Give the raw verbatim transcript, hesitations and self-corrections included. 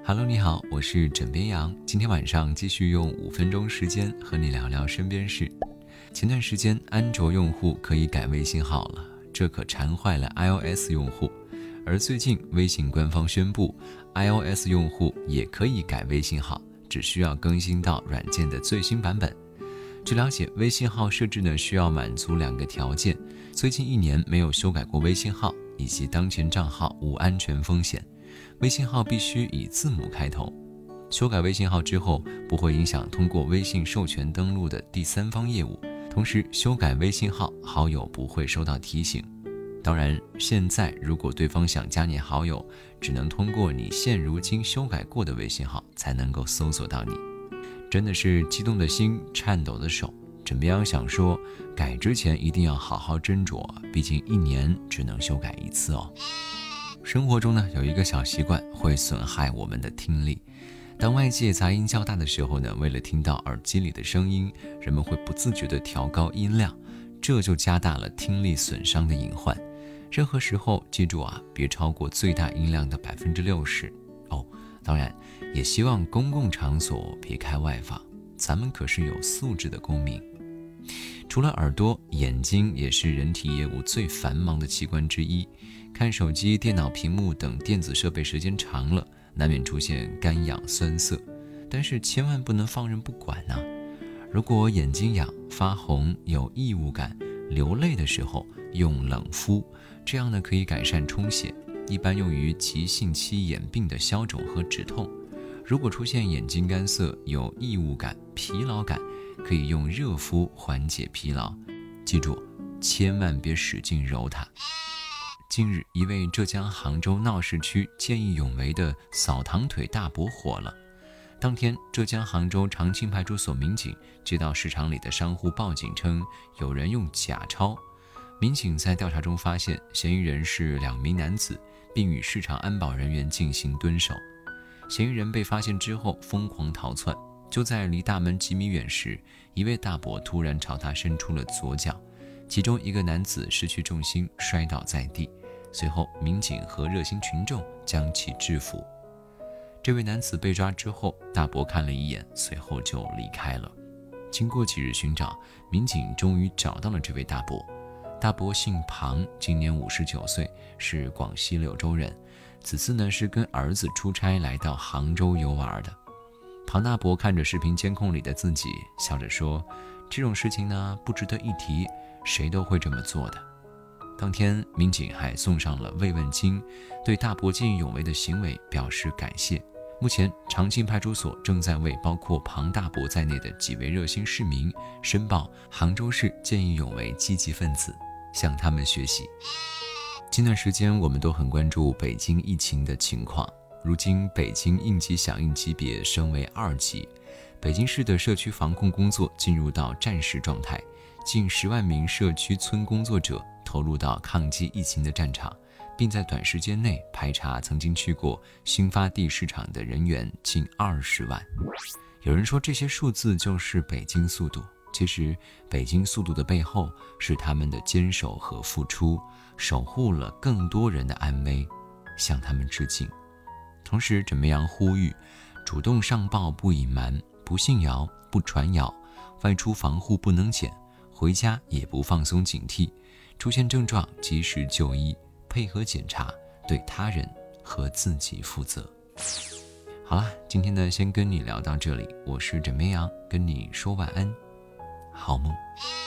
Hello， 你好，我是枕边羊。今天晚上继续用五分钟时间和你聊聊身边事。前段时间，安卓用户可以改微信号了，这可馋坏了 iOS 用户。而最近，微信官方宣布 ，iOS 用户也可以改微信号，只需要更新到软件的最新版本。据了解，微信号设置呢需要满足两个条件：最近一年没有修改过微信号，以及当前账号无安全风险。微信号必须以字母开头。修改微信号之后，不会影响通过微信授权登录的第三方业务。同时，修改微信号，好友不会收到提醒。当然，现在如果对方想加你好友，只能通过你现如今修改过的微信号才能够搜索到你。真的是激动的心，颤抖的手。枕边羊想说，改之前一定要好好斟酌，毕竟一年只能修改一次哦。生活中呢，有一个小习惯会损害我们的听力。当外界杂音较大的时候呢，为了听到耳机里的声音，人们会不自觉地调高音量，这就加大了听力损伤的隐患。任何时候记住啊，别超过最大音量的百分之六十哦。当然，也希望公共场所别开外放，咱们可是有素质的公民。除了耳朵，眼睛也是人体业务最繁忙的器官之一。看手机、电脑屏幕等电子设备时间长了，难免出现干痒酸涩，但是千万不能放任不管啊。如果眼睛痒、发红、有异物感、流泪的时候，用冷敷，这样呢可以改善充血，一般用于急性期眼病的消肿和止痛。如果出现眼睛干涩、有异物感、疲劳感，可以用热敷缓解疲劳。记住，千万别使劲揉它。近日，一位浙江杭州闹市区见义勇为的扫堂腿大伯火了。当天，浙江杭州长青派出所民警接到市场里的商户报警称有人用假钞。民警在调查中发现，嫌疑人是两名男子，并与市场安保人员进行蹲守。嫌疑人被发现之后疯狂逃窜，就在离大门几米远时，一位大伯突然朝他伸出了左脚，其中一个男子失去重心摔倒在地。随后，民警和热心群众将其制服。这位男子被抓之后，大伯看了一眼，随后就离开了。经过几日寻找，民警终于找到了这位大伯。大伯姓庞，今年五十九岁，是广西柳州人。此次呢是跟儿子出差来到杭州游玩的。庞大伯看着视频监控里的自己，笑着说：“这种事情呢不值得一提，谁都会这么做的。”当天，民警还送上了慰问金，对大伯见义勇为的行为表示感谢。目前，长青派出所正在为包括庞大伯在内的几位热心市民申报杭州市见义勇为积极分子，向他们学习。近段时间，我们都很关注北京疫情的情况。如今，北京应急响应级别升为二级，北京市的社区防控工作进入到战时状态，近十万名社区村工作者投入到抗击疫情的战场，并在短时间内排查曾经去过新发地市场的人员近二十万。有人说这些数字就是北京速度，其实北京速度的背后是他们的坚守和付出，守护了更多人的安危，向他们致敬。同时，枕边羊呼吁，主动上报不隐瞒，不信谣不传谣，外出防护不能减，回家也不放松警惕，出现症状及时就医，配合检查，对他人和自己负责。好了，今天呢先跟你聊到这里，我是枕边羊，跟你说晚安，好梦。